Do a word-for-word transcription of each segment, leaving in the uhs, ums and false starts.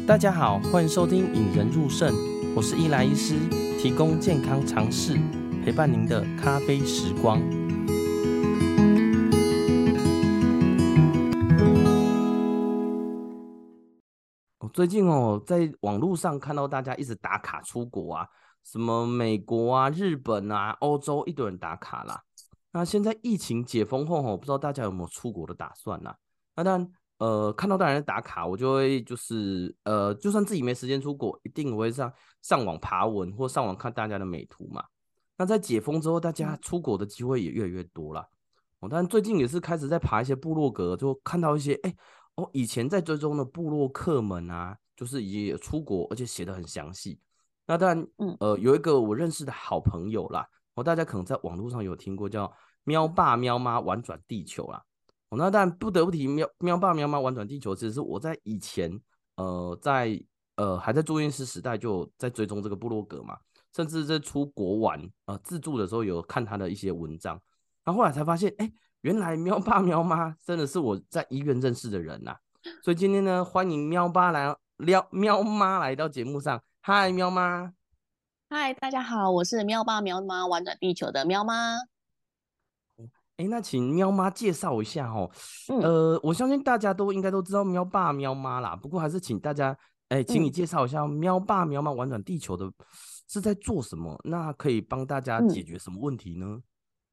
大家好，欢迎收听引人入胜，我是伊莱医师，提供健康常识，陪伴您的咖啡时光。我最近哦，在网络上看到大家一直打卡出国啊，什么美国啊、日本啊、欧洲，一堆人打卡啦。那现在疫情解封后，不知道大家有没有出国的打算啦？那当然，呃，看到大人打卡，我就会就是呃，就算自己没时间出国，一定会上上网爬文或上网看大家的美图嘛。那在解封之后，大家出国的机会也越来越多啦。哦，但最近也是开始在爬一些部落格，就看到一些哎。欸哦，以前在追踪的部落客们啊，就是也有出国，而且写得很详细。那当然， 嗯， 呃，有一个我认识的好朋友啦，哦，大家可能在网络上有听过叫“喵爸喵妈玩转地球”啦。哦，那当然不得不提喵喵爸喵妈玩转地球，其实是我在以前，呃，在呃还在住院师时代就在追踪这个部落格嘛，甚至在出国玩呃自助的时候有看他的一些文章，然后后来才发现，哎。原来喵爸喵妈真的是我在医院认识的人呐、啊，所以今天呢，欢迎喵爸来撩喵妈来到节目上。嗨，喵妈！ 嗨，大家好，我是喵爸喵妈玩转地球的喵妈。 哎，那请喵妈介绍一下哦。 嗯呃，我相信大家都应该都知道喵爸喵妈啦，不过还是请大家，哎，请你嗯介绍一下喵爸喵妈玩转地球的是在做什么？那可以帮大家解嗯， 决什么问题呢？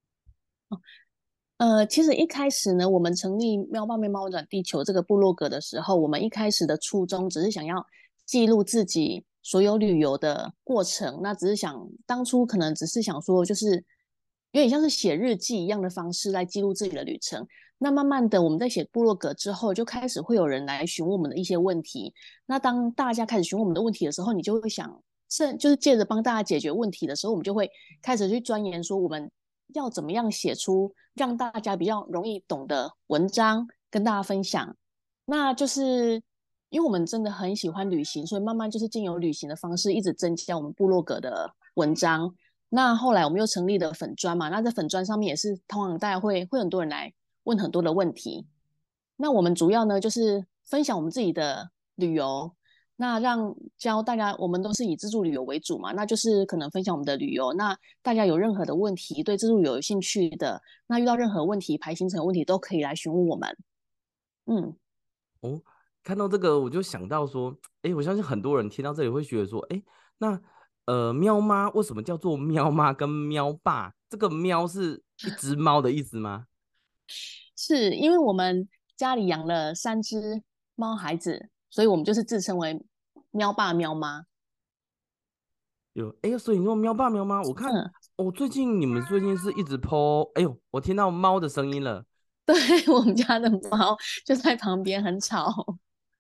呃，其实一开始呢，我们成立喵爸喵妈玩转地球这个部落格的时候，我们一开始的初衷只是想要记录自己所有旅游的过程，那只是想当初可能只是想说，就是有点像是写日记一样的方式来记录自己的旅程。那慢慢的，我们在写部落格之后，就开始会有人来询问我们的一些问题。那当大家开始询问我们的问题的时候，你就会想，是就是借着帮大家解决问题的时候，我们就会开始去钻研说，我们要怎么样写出让大家比较容易懂的文章跟大家分享。那就是因为我们真的很喜欢旅行，所以慢慢就是经由旅行的方式，一直增加我们部落格的文章。那后来我们又成立了粉专嘛，那在粉专上面也是通常大家会会很多人来问很多的问题。那我们主要呢就是分享我们自己的旅游，那让教大家，我们都是以自助旅游为主嘛，那就是可能分享我们的旅游。那大家有任何的问题，对自助旅游有兴趣的，那遇到任何问题、排行程的问题，都可以来询问我们。嗯， 哦，看到这个我就想到说，哎，我相信很多人听到这里会觉得说，哎，那呃，喵妈为什么叫做喵妈跟喵爸？这个喵是一只猫的意思吗？ 是因为我们家里养了三只猫孩子，所以我们就是自称为喵爸喵妈。 有，哎，所以你说喵爸喵妈，我看嗯， 哦，最近你们最近是一直 po，哎呦，我听到猫的声音了。 对，我们家的猫就在旁边，很吵。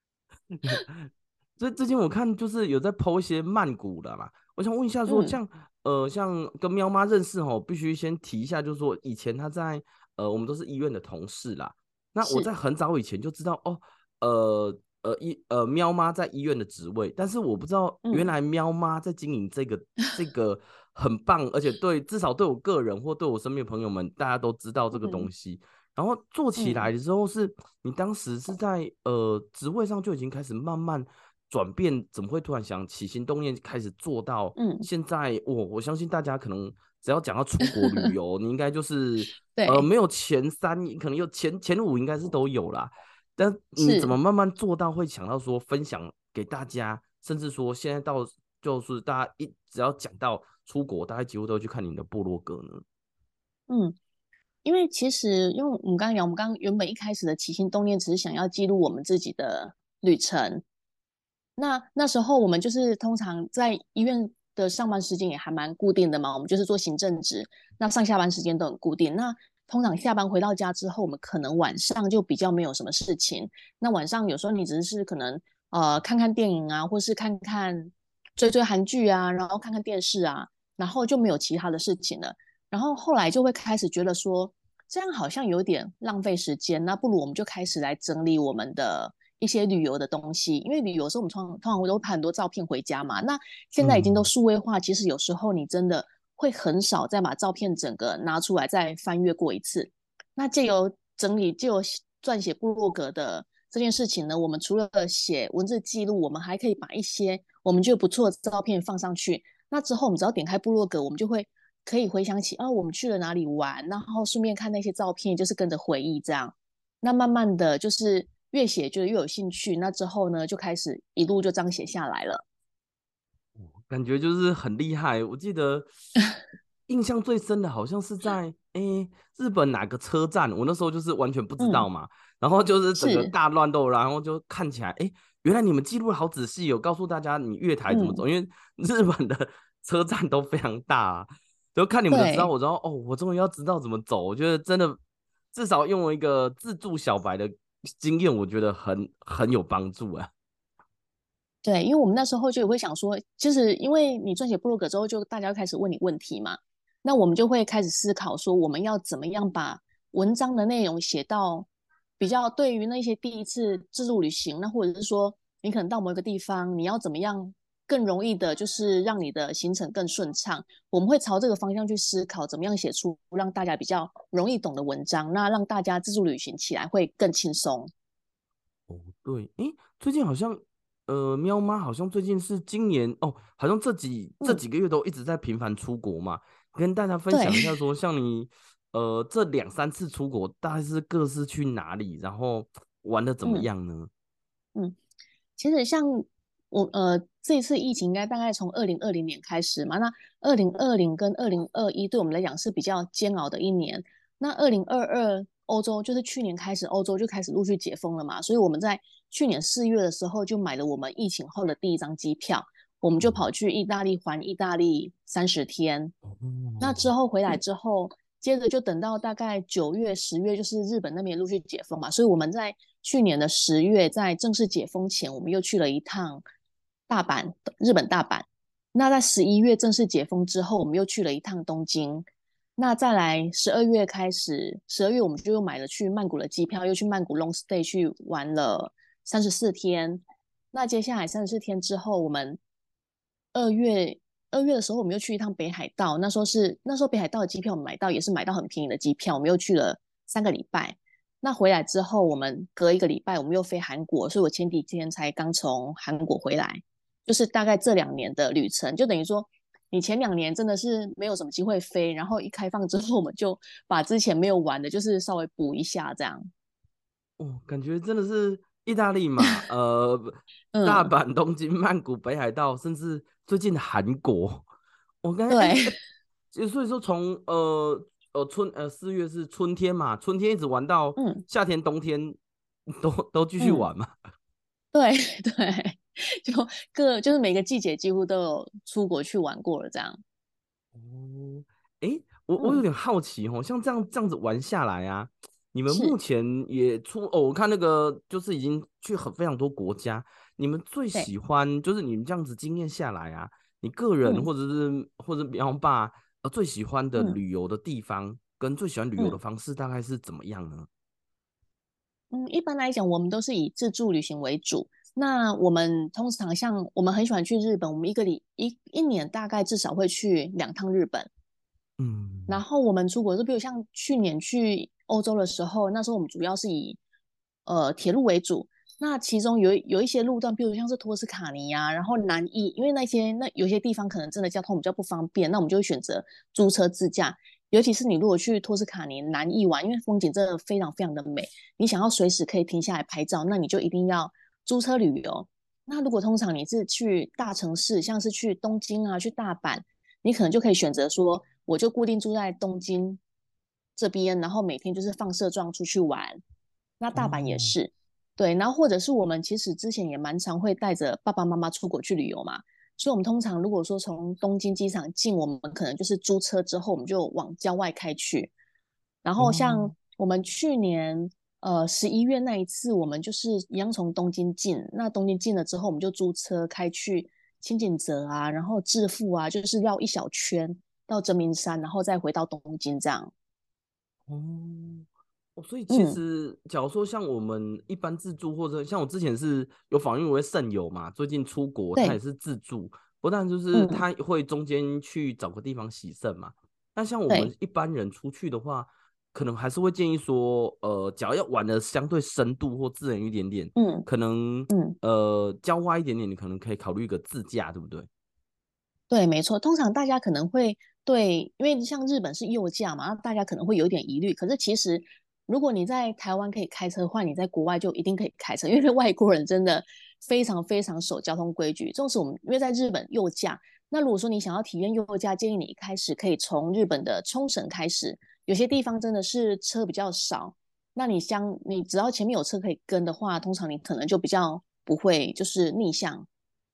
最最近我看就是有在 po 一些曼谷的嘛，我想问一下说， 嗯像呃像跟喵妈认识吼，必须先提一下，就是说以前他在呃我们都是医院的同事啦，那我在是， 很早以前就知道哦，呃呃医呃喵妈在医院的职位，但是我不知道原嗯来喵妈在经营这个这个很棒，而且对至少对我个人或对我身边朋友们，大家都知道这个东嗯西。然后做起来嗯的时候是，你当时是在呃职位上就已经开始慢慢转变，怎么会突然想起心动念开始做到嗯， 现在？我我相信大家可能只要讲到出国旅游，你应该就是呃对， 没有前三，可能有前前五应该是都有啦。但你怎么是。 慢慢做到会想到说分享给大家，甚至说现在到就是大家一只要讲到出国，大家几乎都会去看你的部落格呢？ 嗯，因为其实，因为我们刚刚讲，我们刚刚原本一开始的起心动念只是想要记录我们自己的旅程。那那时候我们就是通常在医院的上班时间也还蛮固定的嘛，我们就是做行政职，那上下班时间都很固定。那通常下班回到家之后，我们可能晚上就比较没有什么事情。那晚上有时候你只是可能呃看看电影啊，或是看看追追韩剧啊，然后看看电视啊，然后就没有其他的事情了。然后后来就会开始觉得说，这样好像有点浪费时间，那不如我们就开始来整理我们的一些旅游的东西，因为旅游的时候我们通常通常都会拍很多照片回家嘛，那现在已经都嗯。 数位化，其实有时候你真的会很少再把照片整个拿出来再翻阅过一次。那借由整理，借由撰写部落格的这件事情呢，我们除了写文字记录，我们还可以把一些我们觉得不错的照片放上去。那之后我们只要点开部落格，我们就会可以回想起哦，我们去了哪里玩，然后顺便看那些照片，就是跟着回忆这样。那慢慢的就是越写就越有兴趣，那之后呢就开始一路就这样写下来了。 感觉就是很厉害。我记得印象最深的好像是在诶日本哪个车站，我那时候就是完全不知道嗯， 嘛，然后就是整个是， 大乱斗，然后就看起来诶，原来你们记录的好仔细哦，告诉大家你月台怎么嗯， 走，因为日本的车站都非常大啊，就看你们的资料， 对。 我知道哦，我终于要知道怎么走。我觉得真的至少用一个自助小白的经验，我觉得很很有帮助啊。 对，因为我们那时候就会想说，就是因为你撰写部落格之后，就大家开始问你问题嘛，那我们就会开始思考说，我们要怎么样把文章的内容写到比较对于那些第一次自助旅行，那或者是说你可能到某一个地方，你要怎么样更容易的，就是让你的行程更顺畅，我们会朝这个方向去思考，怎么样写出让大家比较容易懂的文章，那让大家自助旅行起来会更轻松。 哦，对，诶，最近好像，呃，喵妈好像最近是今年哦，好像这几这嗯， 几个月都一直在频繁出国嘛，跟大家分对， 享一下说，像你，呃，这两三次出国，大概是各是去哪里，然后玩的怎么嗯样呢？ 嗯。其实像我呃这一次疫情应该大概从二零二零年开始嘛，那二零二零跟二零二一对我们来讲是比较煎熬的一年。那二零二二欧洲就是去年开始，欧洲就开始陆续解封了嘛，所以我们在去年四月的时候就买了我们疫情后的第一张机票，我们就跑嗯， 去意大利环意大利三十天。那之哦， 后回来之后，接着就等到大概九月、十月，就是日本那边陆续解封嘛，所以我们在去年的十月，在正式解封前，我们又去了一趟大阪，日本大阪。那在十一月正式解封之后，我们又去了一趟东京。那再来十二月开始，十二月我们就又买了去曼谷的机票，又去曼谷 long stay 去玩了三十四天。那接下来三十四天之后，我们二月二月的时候，我们又去一趟北海道。那时候是那时候北海道的机票，我们买到也是买到很便宜的机票，我们又去了三个礼拜。那回来之后，我们隔一个礼拜，我们又飞韩国，所以我前几天才刚从韩国回来。就是大概这两年的旅程，就等于说，你前两年真的是没有什么机会飞，然后一开放之后，我们就把之前没有玩的，就是稍微补一下这样。 哦，感觉真的是意大利嘛，呃，大嗯， 阪、东京、曼谷、北海道，甚至最近的韩国，我刚才哎对， 哎，就所以说从呃呃春呃四月是春天嘛，春天一直玩到嗯夏天、冬天都都继续嗯。 玩嘛。 对对，就各就是每个季节几乎都有出国去玩过了，这样。 哦，哎，我我有嗯， 点好奇哦，像这样这样子玩下来啊，你们目是， 前也出哦，我看那个就是已经去很非常多国家，你们最对， 喜欢就是你们这样子经验下来啊，你个人嗯或者是或者苗爸呃最喜欢的嗯旅游的地方跟最喜欢旅游的嗯方式大概是怎么样呢？ 嗯，一般来讲，我们都是以自助旅行为主。那我们通常像我们很喜欢去日本，我们一个礼一一年大概至少会去两趟日本。然嗯， 后我们出国，就比如像去年去欧洲的时候，那时候我们主要是以呃铁路为主。那其中有有一些路段，比如像是托斯卡尼呀、然后南意，因为那些那有些地方可能真的交通比较不方便，那我们就会选择租车自驾。尤其是你如果去托斯卡尼南意玩，因为风景真的非常非常的美，你想要随时可以停下来拍照，那你就一定要租车旅游。那如果通常你是去大城市，像是去东京啊、去大阪，你可能就可以选择说，我就固定住在东京这边，然后每天就是放射状出去玩。那大阪也哦， 是，对，然后或者是我们其实之前也蛮常会带着爸爸妈妈出国去旅游嘛，所以我们通常如果说从东京机场进，我们可能就是租车之后，我们就往郊外开去。然后像哦， 我们去年呃十一月那一次，我们就是一样从东京进，那东京进了之后，我们就租车开去清景泽啊，然后致富啊，就是绕一小圈到真名山，然后再回到东京这样。 哦，哦，所以其嗯， 实，假如说像我们一般自助，或者像我之前是有访问一位肾友嘛，最近出国，他也对， 是自助，不但就是嗯， 他会中间去找个地方洗肾嘛，那像我们对， 一般人出去的话， 可能还是会建议说，呃，只要要玩的相对深度或自然一点点， 嗯可能嗯。 呃郊外一点点，你可能可以考虑一个自驾，对不对？ 对，没错。通常大家可能会对，因为像日本是右驾嘛，那大家可能会有一点疑虑。可是其实，如果你在台湾可以开车的话，你在国外就一定可以开车，因为外国人真的非常非常守交通规矩。纵使我们因为在日本右驾，那如果说你想要体验右驾，建议你一开始可以从日本的冲绳开始，有些地方真的是车比较少，那你相你只要前面有车可以跟的话，通常你可能就比较不会就是逆向。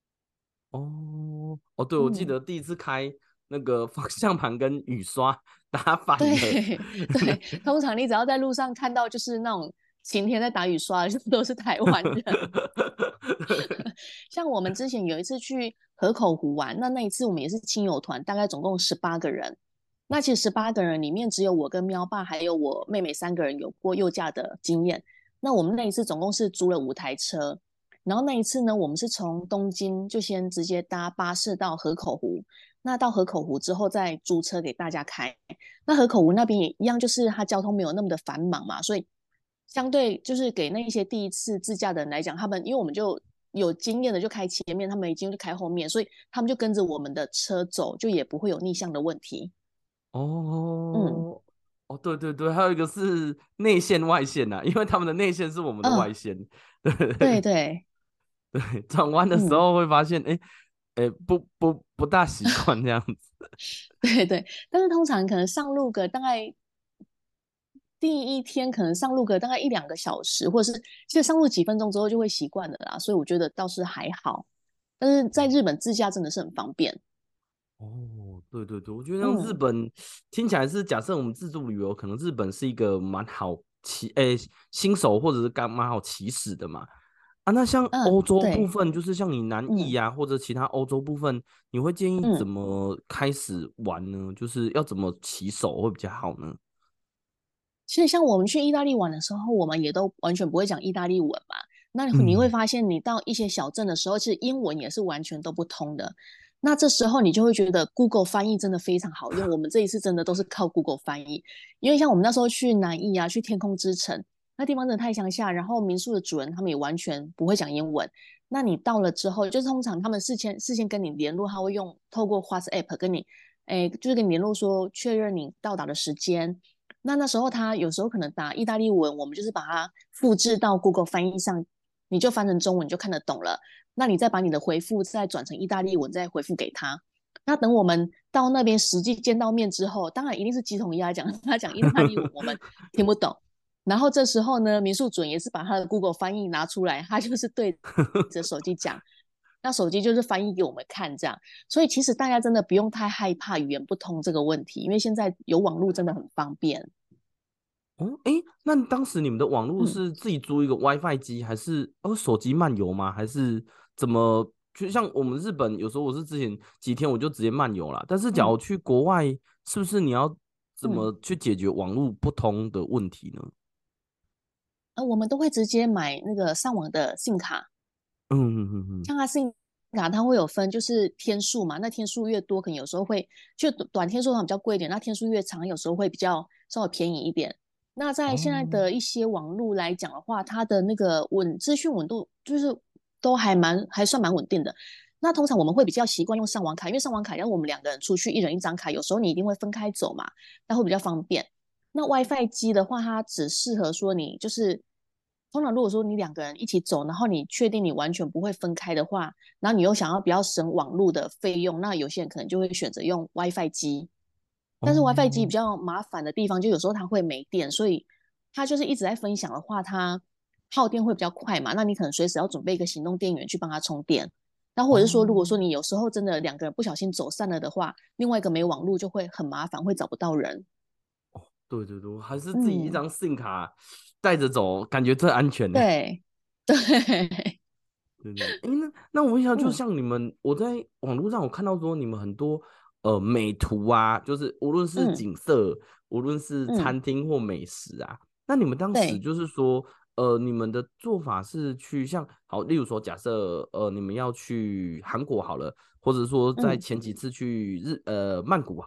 哦哦，对，我记嗯。 得第一次开那个方向盘跟雨刷打反对了。 对，通常你只要在路上看到就是那种晴天在打雨刷的，都是台湾人。像我们之前有一次去河口湖玩，那那一次我们也是亲友团，大概总共十八个人。那其实十八个人里面只有我跟喵爸还有我妹妹三个人有过右驾的经验。那我们那一次总共是租了五台车，然后那一次呢，我们是从东京就先直接搭巴士到河口湖，那到河口湖之后再租车给大家开。那河口湖那边也一样，就是它交通没有那么的繁忙嘛，所以相对就是给那一些第一次自驾的人来讲，他们因为我们就有经验的就开前面，他们已经就开后面，所以他们就跟着我们的车走，就也不会有逆向的问题。嗯哦哦，对对对，还有一个是内线外线呐、啊，因为他们的内线是我们的外嗯， 线。对对对对， 对，转弯的时嗯， 候会发现，哎哎，不不不大习惯这样子。 对对，但是通常可能上路个大概第一天可能上路个大概一两个小时，或者是其实上路几分钟之后就会习惯了啦，所以我觉得倒是还好。但是在日本自驾真的是很方便。 哦，对对对，我觉得像日嗯本听起来是，假设我们自助旅游，可能日本是一个蛮好起，诶，新手或者是刚蛮好起始的嘛。啊，那像欧嗯， 洲部对， 分，就是像你南嗯意呀、或者其他欧洲部分，你会建议怎嗯。 么开始玩呢？就是要怎么起手会比较好呢？ 其实像我们去意大利玩的时候，我们也都完全不会讲意大利文嘛。那你会嗯， 发现，你到一些小镇的时候，其实英文也是完全都不通的。那这时候你就会觉得 Google 翻译真的非常好用。我们这一次真的都是靠 Google 翻译，因为像我们那时候去南艺啊，去天空之城，那地方真的太乡下，然后民宿的主人他们也完全不会讲英文。那你到了之后，就是通常他们事先事先跟你联络，他会用透过 WhatsApp 跟你，哎，就是跟你联络说确认你到达的时间。那那时候他有时候可能打意大利文，我们就是把它复制到 Google 翻译上，你就翻成中文你就看得懂了。那你再把你的回复再转成意大利文，再回复给他。那等我们到那边实际见到面之后，当然一定是鸡同鸭讲，他讲意大利文我们听不懂。然后这时候呢，民宿主人也是把他的 Google 翻译拿出来，他就是对着手机讲，那手机就是翻译给我们看这样。所以其实大家真的不用太害怕语言不通这个问题，因为现在有网络真的很方便。 哦，诶，那当时你们的网络嗯是自己租一个 WiFi 机，还是哦手机漫游吗？还是怎么？就像我们日本有时候我是之前几天我就直接漫游了，但是假如嗯去国外，是不是你要怎嗯， 么去解决网络不通的问题呢？ 呃，我们都会直接买那个上网的 SIM 卡， 嗯嗯嗯嗯， 像它 SIM 卡它会有分就是天数嘛，那天数越多，可能有时候会就短天数上比较贵一点，那天数越长，有时候会比较稍微便宜一点。那在现在哦的一些网络来讲的话，它的那个稳资讯稳度就是都还蛮还算蛮稳定的。那通常我们会比较习惯用上网卡，因为上网卡要我们两个人出去，一人一张卡，有时候你一定会分开走嘛，那会比较方便。那 WiFi 机的话，它只适合说你就是通常如果说你两个人一起走，然后你确定你完全不会分开的话，然后你又想要比较省网络的费用，那有些人可能就会选择用 WiFi 机。但是 WiFi 机比哦较麻烦的地方，就有时候它会没电，所以它就是一直在分享的话，它耗电会比较快嘛。那你可能随时要准备一个行动电源去帮它充电。那或者是说，如果哦， 说你有时候真的两个人不小心走散了的话，另外一个没网络就会很麻烦，会找不到人。 对对对，还是自己一嗯， 张 SIM 卡带着走，感觉最安全呢。 对对， 对对，哎，那那我问一下，就嗯像你们，我在网络上有看到说你们很多呃美图啊，就是无论是嗯景色，无论是嗯， 餐厅或美食啊，那你们当时对， 就是说，呃，你们的做法是去像好，例如说，假设呃你们要去韩国好了，或者说在嗯前几次去日呃曼谷好了，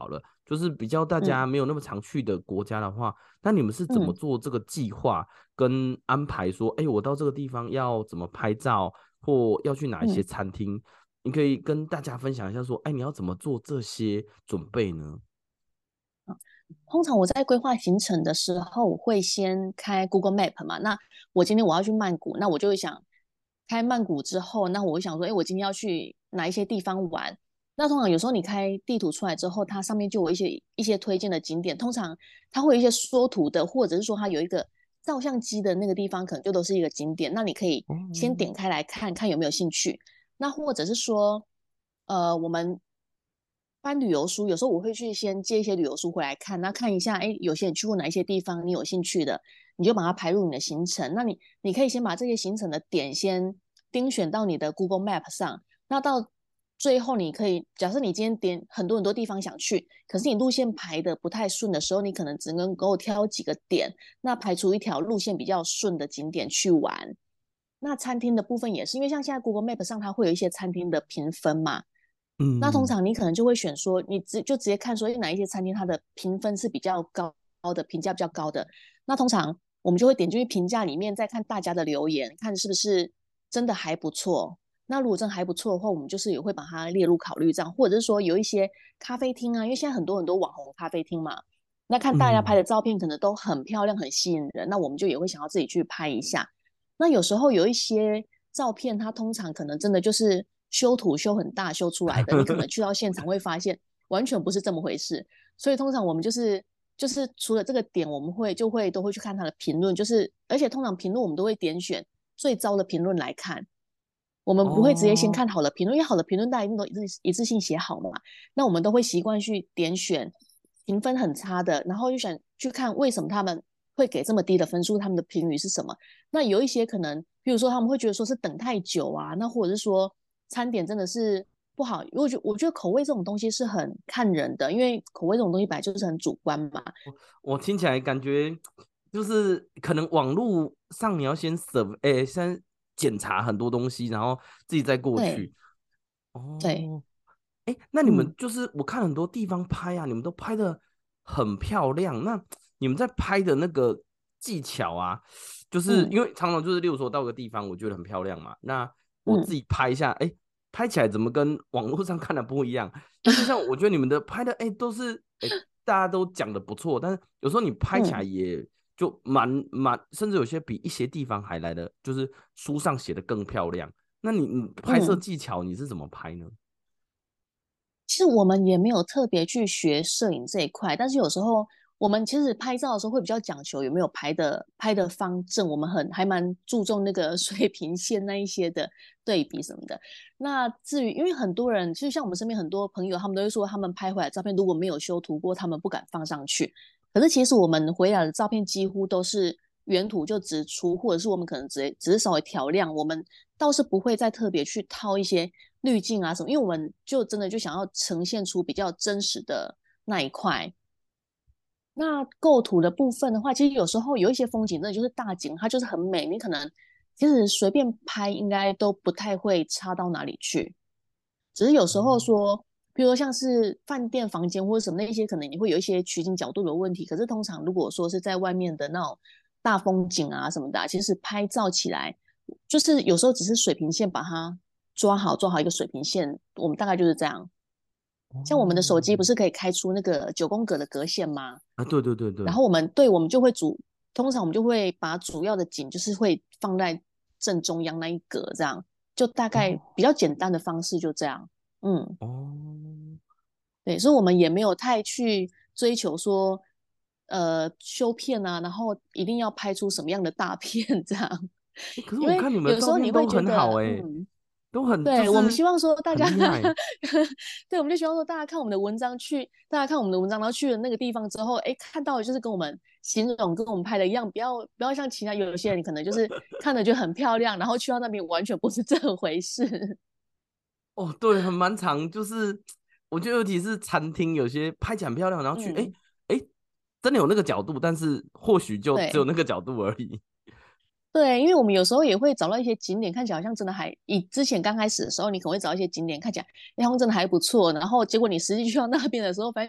就是比较大家嗯没有那么常去的国家的话，那你们是怎么嗯做这个计划跟安排说，哎，我到这个地方要怎么拍照，或要去哪一些嗯。 餐厅？你可以跟大家分享一下说，哎，你要怎么做这些准备呢？ 通常我在规划行程的时候，我会先开 Google Map 嘛。那我今天我要去曼谷，那我就会想开曼谷之后，那我会想说，哎，我今天要去哪一些地方玩？那通常有时候你开地图出来之后，它上面就有一些一些推荐的景点，通常它会有一些缩图的，或者是说它有一个照相机的那个地方，可能就都是一个景点。那你可以哦， 先点开来看看有没有兴趣。那或者是说，呃，我们翻旅游书，有时候我会去先借一些旅游书回来看，那看一下，哎，有些人去过哪一些地方，你有兴趣的，你就把它排入你的行程。那你你可以先把这些行程的点先盯选到你的 Google Map 上，那到最后你可以，假设你今天点很多很多地方想去，可是你路线排的不太顺的时候，你可能只能够挑几个点，那排除一条路线比较顺的景点去玩。那餐厅的部分也是，因为像现在 Google Map 上它会有一些餐厅的评分嘛，那通嗯， 常你可能就会选说，你直就直接看说，诶哪一些餐厅它的评分是比较高的，评价比较高的。那通常我们就会点进去评价里面，再看大家的留言，看是不是真的还不错。那如果真的还不错的话，我们就是也会把它列入考虑这样，或者是说有一些咖啡厅啊，因为现在很多很多网红咖啡厅嘛，那看大家拍嗯， 的照片可能都很漂亮、很吸引人，那我们就也会想要自己去拍一下。那有时候有一些照片，它通常可能真的就是修图修很大修出来的，你可能去到现场会发现完全不是这么回事。所以通常我们就是就是除了这个点，我们会就会都会去看他的评论，就是而且通常评论我们都会点选最糟的评论来看，我们不会直接先哦， 看好的评论，因为好的评论大家一定都一致一致性写好嘛，那我们都会习惯去点选评分很差的，然后就想去看为什么他们会给这么低的分数，他们的评语是什么。那有一些可能，比如说他们会觉得说是等太久啊，那或者是说餐点真的是不好。我觉我觉得口味这种东西是很看人的，因为口味这种东西本来就是很主观嘛。 我听起来感觉就是可能网络上你要先 serve，哎，先检查很多东西，然后自己再过对去。 对， 哦，哎，那你们嗯就是我看很多地方拍啊，你们都拍的很漂亮。那你们在拍的那个技巧啊，就是嗯因为常常就是，例如说到个地方，我觉得很漂亮嘛，那我自嗯己拍一下，哎，拍起来怎么跟网络上看的不一样？因为就像我觉得你们的拍的，哎，都是哎大家都讲的不错，但是有时候你拍起来嗯。 也就蛮蛮，甚至有些比一些地方还来的，就是书上写的更漂亮。那你你拍摄嗯， 技巧你是怎么拍呢？ 其实我们也没有特别去学摄影这一块，但是有时候我们其实拍照的时候会比较讲求有没有拍的拍的方正，我们很还蛮注重那个水平线那一些的对比什么的。那至于因为很多人，就像我们身边很多朋友，他们都会说他们拍回来的照片如果没有修图过，他们不敢放上去。可是其实我们回来的照片几乎都是原图就直出，或者是我们可能只只是稍微调亮，我们倒是不会再特别去套一些滤镜啊什么，因为我们就真的就想要呈现出比较真实的那一块。那构图的部分的话，其实有时候有一些风景真的就是大景，它就是很美，你可能其实随便拍应该都不太会差到哪里去。只是有时候说，比如说像是饭店房间或者什么那些，可能你会有一些取景角度的问题。可是通常如果说是在外面的那种大风景啊什么的啊其实拍照起来就是有时候只是水平线把它抓好，抓好一个水平线，我们大概就是这样。像我们的手机不哦， 是可以开出那个九宫格的格线吗？ 啊，对对对对， 然后我们对我们就会主，通常我们就会把主要的景就是会放在正中央那一格，这样就大概哦比较简单的方式就这样。嗯， 哦， 对，所以我们也没有太去追求说，呃，修片啊，然后一定要拍出什么样的大片这样， 哎，可是因为我看你们的有时候你会照片都觉得， 很好，哎， 嗯， 都很就对，我们是希望说大家， 很厉害。 对，我们就希望说大家看我们的文章去，大家看我们的文章，然后去了那个地方之后，哎，看到的就是跟我们形容、跟我们拍的一样，不要不要像其他有些人可能就是看着就很漂亮，然后去到那边完全不是这回事。 哦，对，很蛮长，就是我觉得尤其是餐厅，有些拍起来很漂亮，然后去，哎嗯， 哎，真的有那个角度，但是或许就只有对。 那个角度而已。 对，因为我们有时候也会找到一些景点，看起来好像真的还，以之前刚开始的时候，你可能会找一些景点看起来，哎，好像真的还不错，然后结果你实际去到那边的时候，发现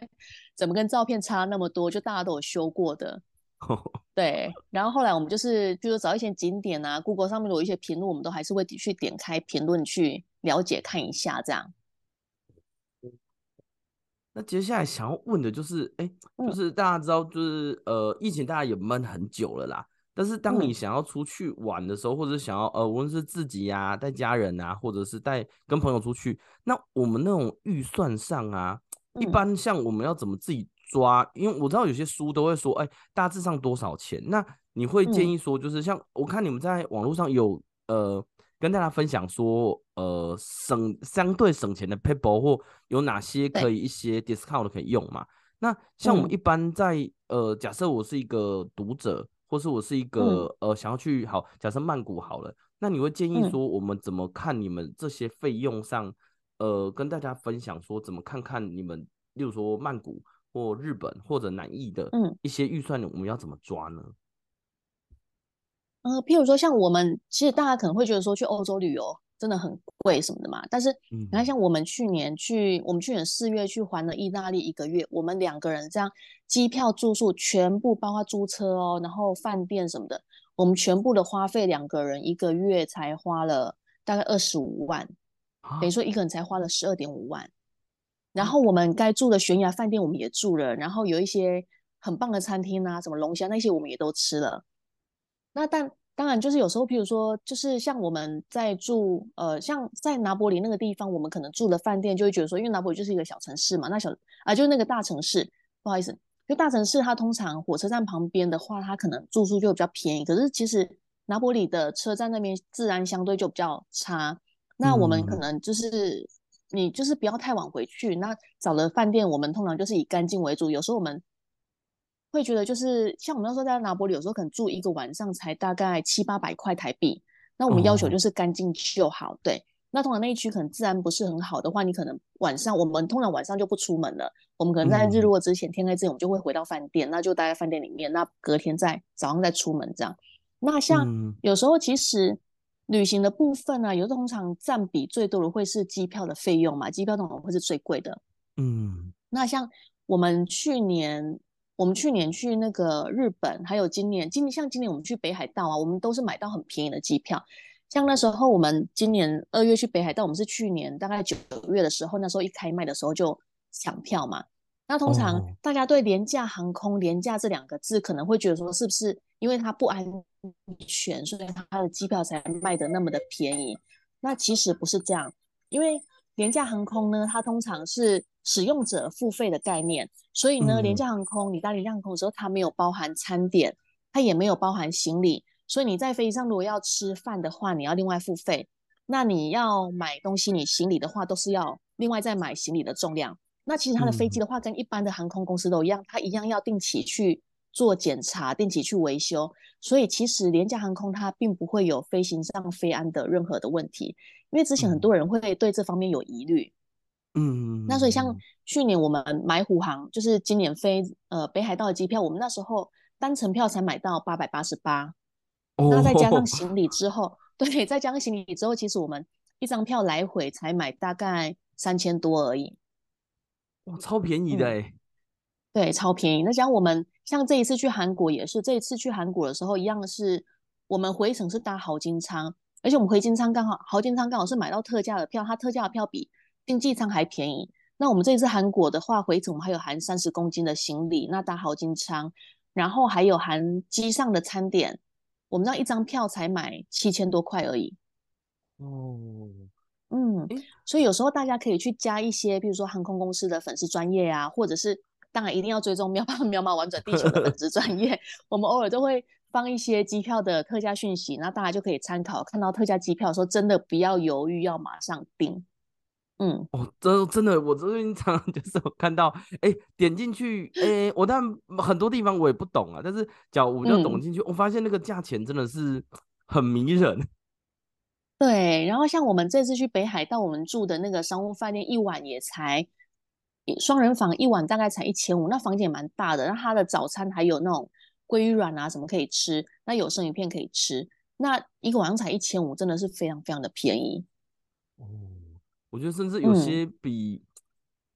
怎么跟照片差那么多？就大家都有修过的。对，然后后来我们就是，比如说找一些景点啊，Google 上面有一些评论，我们都还是会去点开评论去了解看一下，这样。 那接下来想要问的就是，哎、就嗯是大家知道，就是呃，疫情大家也闷很久了啦。但是当你嗯想要出去玩的时候，或者是想要呃，无论是自己呀、带家人啊，或者是带跟朋友出去，那我们那种预算上啊，一嗯般像我们要怎么自己抓？因为我知道有些书都会说，哎、大致上多少钱？那你会建嗯， 议说，就是像我看你们在网络上有呃跟大家分享说，呃，省相对省钱的 p a p e r 或有哪些可对， 以一些 discount 可以用嘛？那像我们嗯一般在呃，假设我是一个读者，或是我是一嗯个呃想要去好，假设曼谷好了，那你会建议嗯说我们怎么看你们这些费用上，呃，跟大家分享说怎么看看你们，例如说曼谷或日本或者南艺的嗯。 一些预算，我们要怎么抓呢？ 呃，譬如说像我们，其实大家可能会觉得说去欧洲旅游真的很贵什么的嘛，但是你看嗯， 像我们去年去，我们去年四月去环了意大利一个月，我们两个人这样机票、住宿全部包括租车哦，然后饭店什么的，我们全部的花费两个人一个月才花了大概二十五万，等于啊说一个人才花了十二点五万。然啊， 后我们该住的悬崖饭店我们也住了，然后有一些很棒的餐厅啊，什么龙虾那些我们也都吃了。那但当然就是有时候，譬如说，就是像我们在住，呃，像在拿伯里那个地方，我们可能住的饭店就会觉得说，因为拿伯里就是一个小城市嘛，那小啊，就是那个大城市，不好意思，就大城市它通常火车站旁边的话，它可能住宿就比较便宜，可是其实拿伯里的车站那边治安相对就比较差，那我们可嗯能就是你就是不要太晚回去，那找的饭店我们通常就是以干净为主，有时候我们会觉得就是像我们那时候在拿玻里，有时候可能住一个晚上才大概七八百块台币，那我们要求就哦， 是干净就好。对，那通常那一区可能治安不是很好的话，你可能晚上我们通常晚上就不出门了，我们可能在日嗯落之前、天黑之前，我们就会回到饭店，那就待在饭店里面，那隔天再早上再出门这样。那像嗯有时候其实旅行的部分呢、有时候通常占比最多的会是机票的费用嘛，机票通常会是最贵的。 嗯那像我们去年，我们去年去那个日本，还有今年，今年像今年我们去北海道啊，我们都是买到很便宜的机票。像那时候我们今年二月去北海道，我们是去年大概九月的时候，那时候一开卖的时候就抢票嘛。那通常哦， 大家对廉价航空、廉价这两个字可能会觉得说，是不是因为它不安全，所以它的机票才卖的那么的便宜？那其实不是这样，因为廉价航空呢，它通常是使用者付费的概念，所以呢，廉嗯价航空你搭廉价航空的时候，它没有包含餐点，它也没有包含行李，所以你在飞机上如果要吃饭的话，你要另外付费。那你要买东西，你行李的话都是要另外再买行李的重量。那其实它的飞机嗯的话，跟一般的航空公司都一样，它一样要定期去做检查，定期去维修。所以其实廉价航空它并不会有飞行上飞安的任何的问题，因为之前很嗯多人会对这方面有疑虑。那所以像嗯去年我们买虎航，就是今年飞呃北海道的机票，我们那时候单程票才买到八百八十八，那再加上哦， 行李之后，对，再加上行李之后，其实我们一张票来回才买大概三千多而已。 哇，超便宜的嗯， 哎， 对，超便宜。那像我们像这一次去韩国也是，这一次去韩国的时候一样是，我们回程是搭豪金舱，而且我们回金舱刚好豪金舱刚好是买到特价的票，它特价的票比经济舱还便宜。那我们这一次韩国的话，回程我们还有含三十公斤的行李，那搭豪金舱，然后还有含机上的餐点，我们这样一张票才买七千多块而已。 哦， 嗯， 诶， 所以有时候大家可以去加一些，比如说航空公司的粉丝专业啊，或者是当然一定要追踪喵爸喵妈玩转地球的粉丝专业，我们偶尔都会放一些机票的特价讯息，那大家就可以参考，看到特价机票的时候，真的不要犹豫，要马上订。嗯哦，真真的，我最近常常就是有看到，哎，点进去，哎，我当然很多地方我也不懂啊，但是假如我就懂嗯， 进去，我发现那个价钱真的是很迷人。 对。然后像我们这次去北海道，我们住的那个商务饭店，一晚也才双人房一晚大概才一千五，那房间也蛮大的。那它的早餐还有那种鲑鱼卵啊什么可以吃，那有生鱼片可以吃。那一个晚上才一千五，真的是非常非常的便宜。 哦，我觉得甚至有嗯些比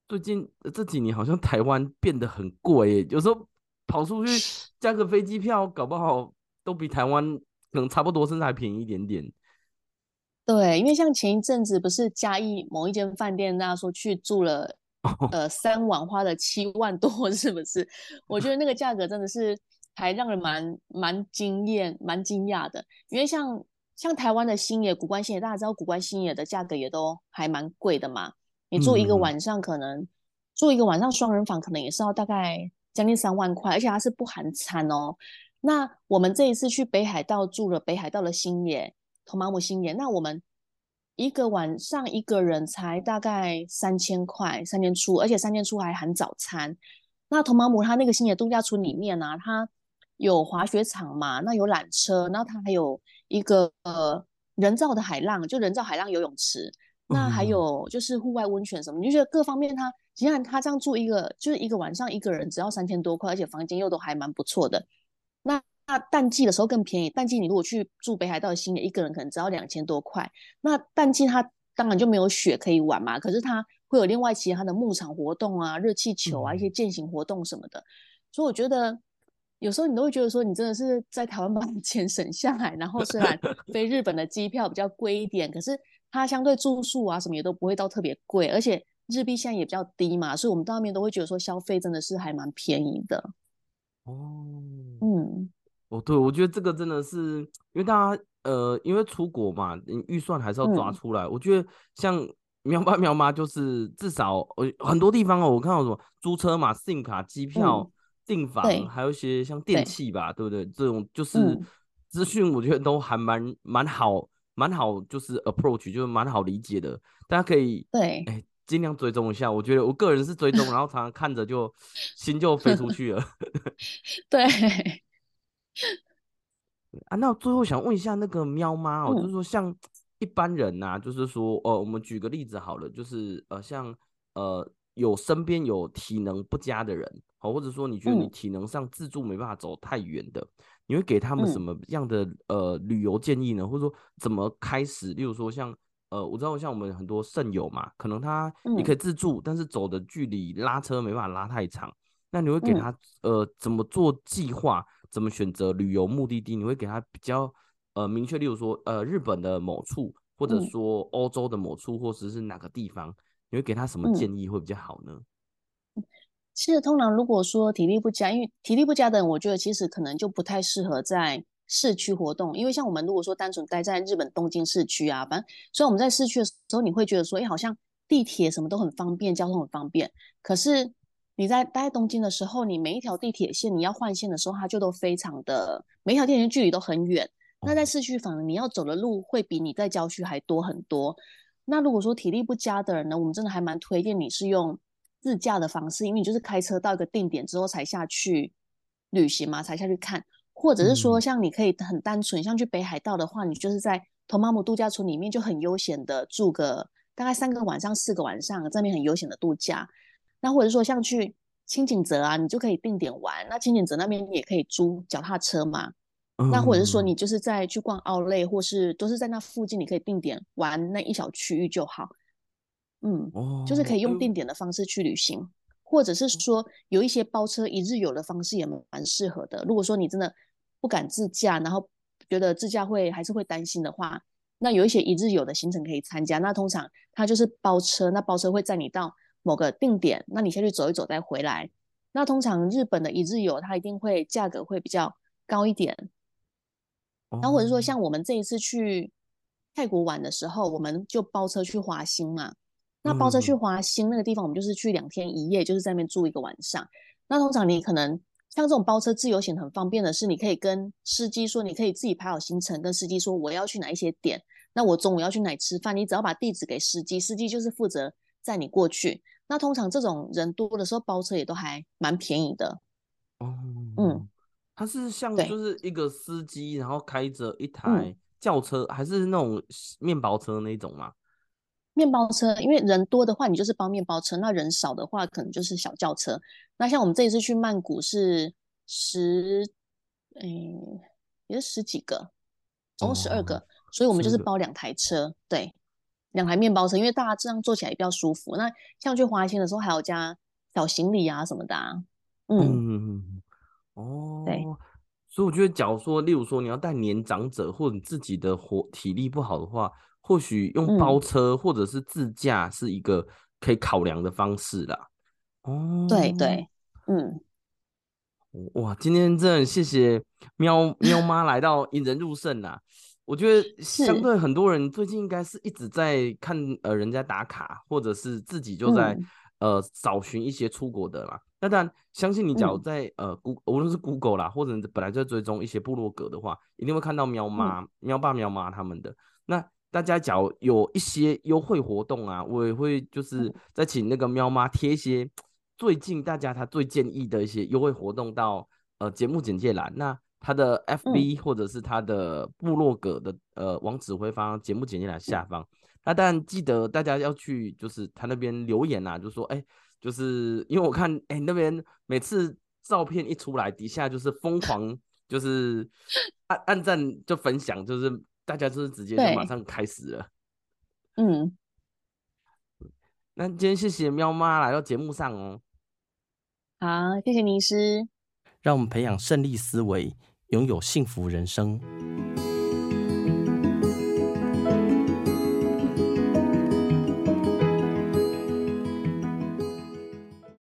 最近呃这几年好像台湾变得很贵耶，有时候跑出去加个飞机票，搞不好都比台湾可能差不多，甚至还便宜一点点。 对，因为像前一阵子不是嘉义某一间饭店，大家说去住了，呃，三晚花了七万多，是不是？我觉得那个价格真的是还让人蛮蛮惊艳、蛮惊讶的。因为像像台湾的星野、古关星野，大家知道古关星野的价格也都还蛮贵的嘛。你住一个嗯晚上，可能住一个晚上双人房，可能也是要大概将近三万块，而且它是不含餐哦。那我们这一次去北海道住了北海道的星野。托马姆星野，那我们一个晚上一个人才大概三千块，三千出，而且三千出还含早餐。那托马姆它那个星野度假村里面呢、啊，它有滑雪场嘛，那有缆车，然后它还有一个呃人造的海浪，就人造海浪游泳池，那还嗯有就是户外温泉什么，你就觉得各方面它，既然它这样住一个，就是一个晚上一个人只要三千多块，而且房间又都还蛮不错的。那那淡季的时候更便宜，淡季你如果去住北海道的新野，一个人可能只要两千多块。那淡季它当然就没有雪可以玩嘛，可是它会有另外其他的牧场活动啊、热气球啊、一些嗯， 健行活动什么的。所以我觉得有时候你都会觉得说，你真的是在台湾把钱省下来，然后虽然飞日本的机票比较贵一点，可是它相对住宿啊什么也都不会到特别贵，而且日币现在也比较低嘛，所以我们到那边都会觉得说消费真的是还蛮便宜的。 哦。 嗯哦，对，我觉得这个真的是，因为大家呃，因为出国嘛，你预算还是要抓嗯出来。我觉得像喵爸喵妈，就是至少呃很多地方哦，我看到什么租车嘛、SIM 卡、机票、 嗯， 订房， 对还有一些像电对。 器吧，对不对？这种就是嗯资讯，我觉得都还蛮蛮好，蛮好，就是 approach，就是蛮好理解的。大家可以对哎尽量追踪一下。我觉得我个人是追踪，然后常常看着就心就飞出去了。 对， 啊，那我最后想问一下那个喵妈哦，就是嗯说像一般人呐、就是说，呃，我们举个例子好了，就是呃，像呃有身边有体能不佳的人，好，或者说你觉得你嗯体能上自助没办法走太远的，你会给他们什嗯么样的呃旅游建议呢？或者说怎么开始？例如说像呃，我知道像我们很多肾友嘛，可能他也可以嗯自助，但是走的距离拉车没办法拉太长，那你会给嗯他呃怎么做计划？怎么选择旅游目的地？你会给他比较呃明确，例如说呃日本的某处，或者嗯说欧洲的某处，或者是哪个地方，你会给他什么嗯。 建议会比较好呢？ 其实通常如果说体力不佳，因为体力不佳的人，我觉得其实可能就不太适合在市区活动。因为像我们如果说单纯待在日本东京市区啊，反正虽然我们在市区的时候，你会觉得说，哎，好像地铁什么都很方便，交通很方便。可是你在待在东京的时候，你每一条地铁线你要换线的时候，它就都非常的每一条地铁线距离都很远。那在哦， 市区反而你要走的路会比你在郊区还多很多。那如果说体力不佳的人呢，我们真的还蛮推荐你是用自驾的方式，因为你就是开车到一个定点之后才下去旅行嘛，才下去看，或者是说嗯像你可以很单纯，像去北海道的话，你就是在托马姆度假村里面就很悠闲的住个大概三个晚上、四个晚上，在那边很悠闲的度假。那或者说像去清景泽啊，你就可以定点玩。那清景泽那边你也可以租脚踏车嘛，那或者是说嗯， 你就是在去逛奥莱，或是都是在那附近，你可以定点玩那一小区域就好。嗯，就是可哦，哎呦， 以用定点的方式去旅行，或者是说有一些包车一日游的方式也蛮适合的。如果说你真的不敢自驾，然后觉得自驾会还是会担心的话，那有一些一日游的行程可以参加。那通常它就是包车，那包车会载你到某个定点，那你先去走一走再回来。那通常日本的一日游它一定会价格会比较高一点，然后或者说哦， 像我们这一次去泰国玩的时候，我们就包车去华兴嘛。那包车去嗯华兴那个地方，我们就是去两天一夜，就是在那边住一个晚上。那通常你可能像这种包车自由行很方便的是，你可以跟司机说，你可以自己排好行程，跟司机说我要去哪一些点，那我中午要去哪里吃饭，你只要把地址给司机，司机就是负责载你过去。那通常这种人多的时候，包车也都还蛮便宜的。嗯， 哦，他是像就对。 是一个司机，然后开着一嗯。 台轿车，还是那种面包车那一种嘛？ 面包车，因为人多的话，你就是包面包车；那人少的话，可能就是小轿车。那像我们这一次去曼谷是十，诶，也是十几个，总共十二哦， 个，所以我们就这个。 是包两台车。对， 两台面包车，因为大家这样坐起来也比较舒服。那像去华欣的时候，还有加小行李啊什么的啊。嗯， 嗯， 对， 哦，所以我觉得，假如说，例如说你要带年长者，或者你自己的活体力不好的话，或许用包嗯， 车或者是自驾是一个可以考量的方式啦。哦， 对对，嗯， 哇，今天真的谢谢喵喵妈来到引人入胜啦。我觉得相是， 对很多人最近应该是一直在看呃人家打卡，或者是自己就在嗯呃找寻一些出国的啦。那当然，相信你假如嗯在呃 Google 无论是 Google 啦，或者你本来就在追踪一些部落格的话，一定会看到喵嗯妈、喵爸、喵妈他们的。那大家假如有一些优惠活动啊，我也会就是嗯再请那个喵妈贴一些最近大家他最建议的一些优惠活动到呃节目简介栏。那他的嗯 F B 或者是他的部落格的呃网址会放节目简介栏嗯， 下方。那当然记得大家要去就是他那边留言啊，就说哎、欸就是因为我看哎、欸那边每次照片一出来，底下就是疯狂就是按按赞就分享，就是大家就是直接就马对， 上开始了。 嗯， 那今天谢谢喵妈来到节目上哦， 好，谢谢您师。 让我们培养胜利思维，拥有幸福人生。